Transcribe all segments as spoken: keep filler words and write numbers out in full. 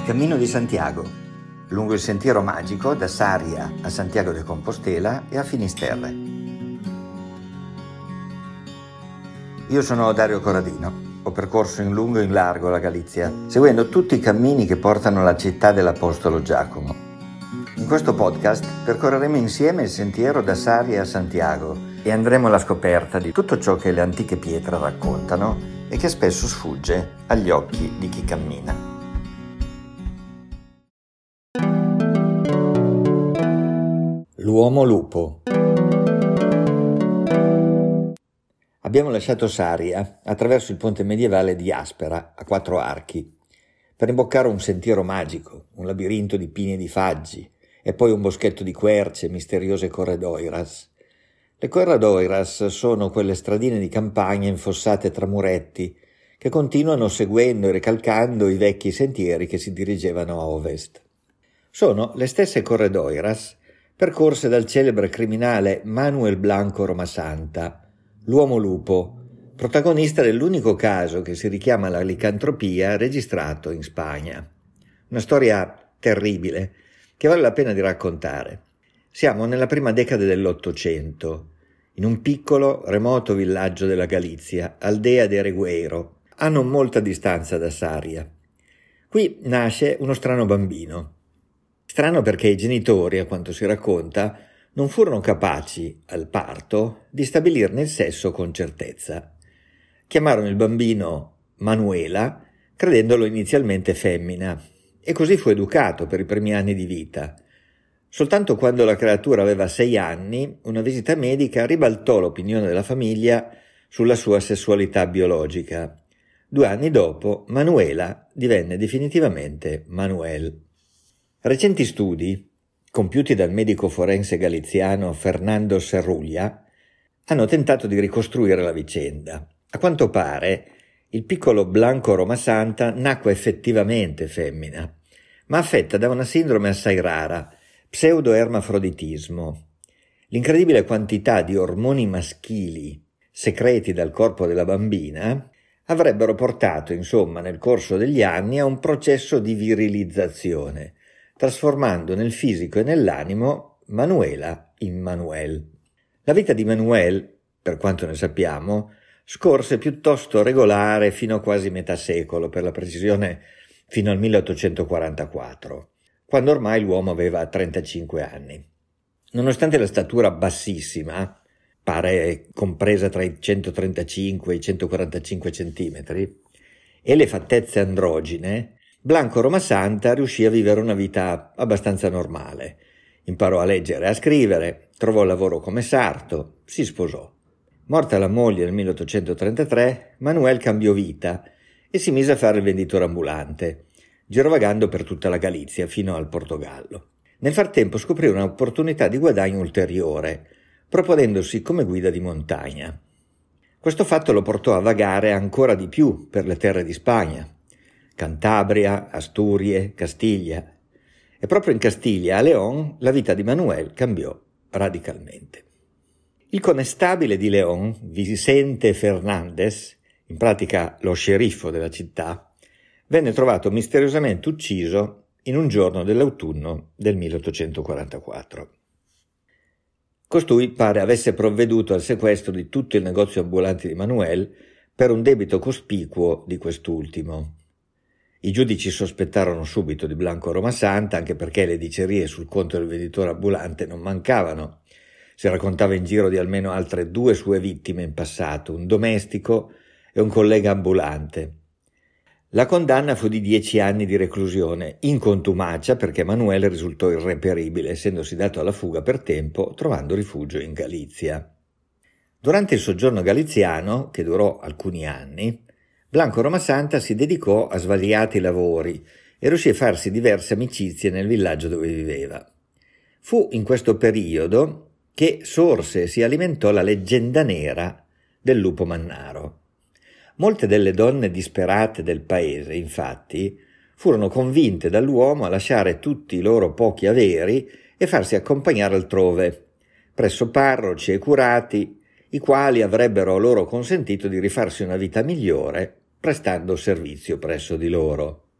Cammino di Santiago, lungo il sentiero magico da Sarria a Santiago de Compostela e a Finisterre. Io sono Dario Corradino, ho percorso in lungo e in largo la Galizia, seguendo tutti i cammini che portano alla città dell'Apostolo Giacomo. In questo podcast percorreremo insieme il sentiero da Sarria a Santiago e andremo alla scoperta di tutto ciò che le antiche pietre raccontano e che spesso sfugge agli occhi di chi cammina. L'uomo lupo. Abbiamo lasciato Sarria attraverso il ponte medievale di Aspera a quattro archi per imboccare un sentiero magico, un labirinto di pini e di faggi e poi un boschetto di querce e misteriose corredoiras. Le corredoiras sono quelle stradine di campagna infossate tra muretti che continuano seguendo e ricalcando i vecchi sentieri che si dirigevano a ovest. Sono le stesse corredoiras percorse dal celebre criminale Manuel Blanco Romasanta, l'uomo lupo, protagonista dell'unico caso che si richiama alla licantropia registrato in Spagna. Una storia terribile che vale la pena di raccontare. Siamo nella prima decade dell'Ottocento, in un piccolo, remoto villaggio della Galizia, Aldea de Regueiro, a non molta distanza da Sarria. Qui nasce uno strano bambino. Strano perché i genitori, a quanto si racconta, non furono capaci, al parto, di stabilirne il sesso con certezza. Chiamarono il bambino Manuela, credendolo inizialmente femmina, e così fu educato per i primi anni di vita. Soltanto quando la creatura aveva sei anni, una visita medica ribaltò l'opinione della famiglia sulla sua sessualità biologica. Due anni dopo, Manuela divenne definitivamente Manuel. Recenti studi, compiuti dal medico forense galiziano Fernando Serruglia, hanno tentato di ricostruire la vicenda. A quanto pare, il piccolo Blanco Romasanta nacque effettivamente femmina, ma affetta da una sindrome assai rara, pseudoermafroditismo. L'incredibile quantità di ormoni maschili secreti dal corpo della bambina avrebbero portato, insomma, nel corso degli anni a un processo di virilizzazione, trasformando nel fisico e nell'animo Manuela in Manuel. La vita di Manuel, per quanto ne sappiamo, scorse piuttosto regolare fino a quasi metà secolo, per la precisione fino al milleottocentoquarantaquattro, quando ormai l'uomo aveva trentacinque anni. Nonostante la statura bassissima, pare compresa tra i centotrentacinque e i centoquarantacinque centimetri, e le fattezze androgine, Blanco Romasanta riuscì a vivere una vita abbastanza normale. Imparò a leggere e a scrivere, trovò lavoro come sarto, si sposò. Morta la moglie nel milleottocentotrentatré, Manuel cambiò vita e si mise a fare il venditore ambulante, girovagando per tutta la Galizia fino al Portogallo. Nel frattempo scoprì un'opportunità di guadagno ulteriore, proponendosi come guida di montagna. Questo fatto lo portò a vagare ancora di più per le terre di Spagna, Cantabria, Asturie, Castiglia. E proprio in Castiglia, a León, la vita di Manuel cambiò radicalmente. Il connestabile di León, Vicente Fernández, in pratica lo sceriffo della città, venne trovato misteriosamente ucciso in un giorno dell'autunno del milleottocentoquarantaquattro. Costui pare avesse provveduto al sequestro di tutto il negozio ambulante di Manuel per un debito cospicuo di quest'ultimo. I giudici sospettarono subito di Blanco Romasanta, anche perché le dicerie sul conto del venditore ambulante non mancavano. Si raccontava in giro di almeno altre due sue vittime in passato, un domestico e un collega ambulante. La condanna fu di dieci anni di reclusione, in contumacia perché Manuel risultò irreperibile, essendosi dato alla fuga per tempo, trovando rifugio in Galizia. Durante il soggiorno galiziano, che durò alcuni anni, Blanco Romasanta si dedicò a svariati lavori e riuscì a farsi diverse amicizie nel villaggio dove viveva. Fu in questo periodo che sorse e si alimentò la leggenda nera del lupo mannaro. Molte delle donne disperate del paese, infatti, furono convinte dall'uomo a lasciare tutti i loro pochi averi e farsi accompagnare altrove, presso parroci e curati, i quali avrebbero loro consentito di rifarsi una vita migliore prestando servizio presso di loro.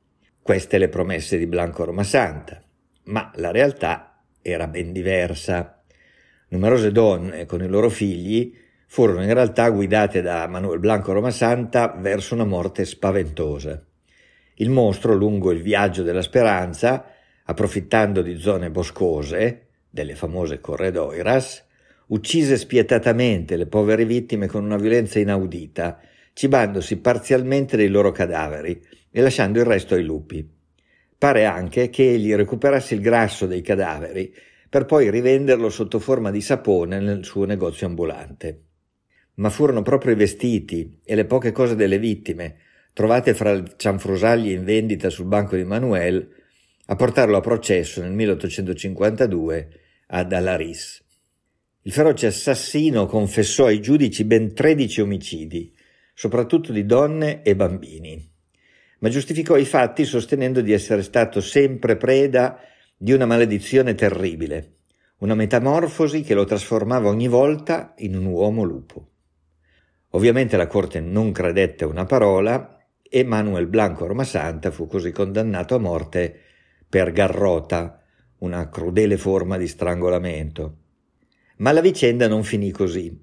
Queste le promesse di Blanco Romasanta, ma la realtà era ben diversa. Numerose donne con i loro figli furono in realtà guidate da Manuel Blanco Romasanta verso una morte spaventosa. Il mostro, lungo il viaggio della speranza, approfittando di zone boscose, delle famose corredoiras, uccise spietatamente le povere vittime con una violenza inaudita, cibandosi parzialmente dei loro cadaveri e lasciando il resto ai lupi. Pare anche che egli recuperasse il grasso dei cadaveri per poi rivenderlo sotto forma di sapone nel suo negozio ambulante. Ma furono proprio i vestiti e le poche cose delle vittime, trovate fra i cianfrusagli in vendita sul banco di Manuel, a portarlo a processo nel milleottocentocinquantadue ad Alaris. Il feroce assassino confessò ai giudici ben tredici omicidi, soprattutto di donne e bambini, ma giustificò i fatti sostenendo di essere stato sempre preda di una maledizione terribile, una metamorfosi che lo trasformava ogni volta in un uomo lupo. Ovviamente la corte non credette una parola e Manuel Blanco Romasanta fu così condannato a morte per garrota, una crudele forma di strangolamento. Ma la vicenda non finì così.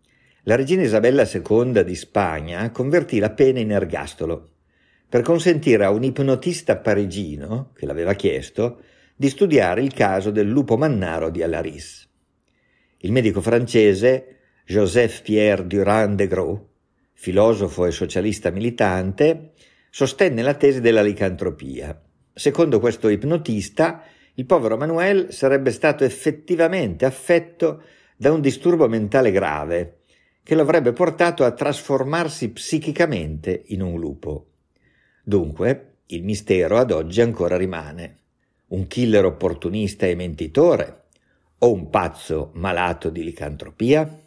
La regina Isabella seconda di Spagna convertì la pena in ergastolo per consentire a un ipnotista parigino, che l'aveva chiesto, di studiare il caso del lupo mannaro di Alaris. Il medico francese Joseph-Pierre Durand de Gros, filosofo e socialista militante, sostenne la tesi della licantropia. Secondo questo ipnotista, il povero Manuel sarebbe stato effettivamente affetto da un disturbo mentale grave che lo avrebbe portato a trasformarsi psichicamente in un lupo. Dunque, il mistero ad oggi ancora rimane. Un killer opportunista e mentitore o un pazzo malato di licantropia?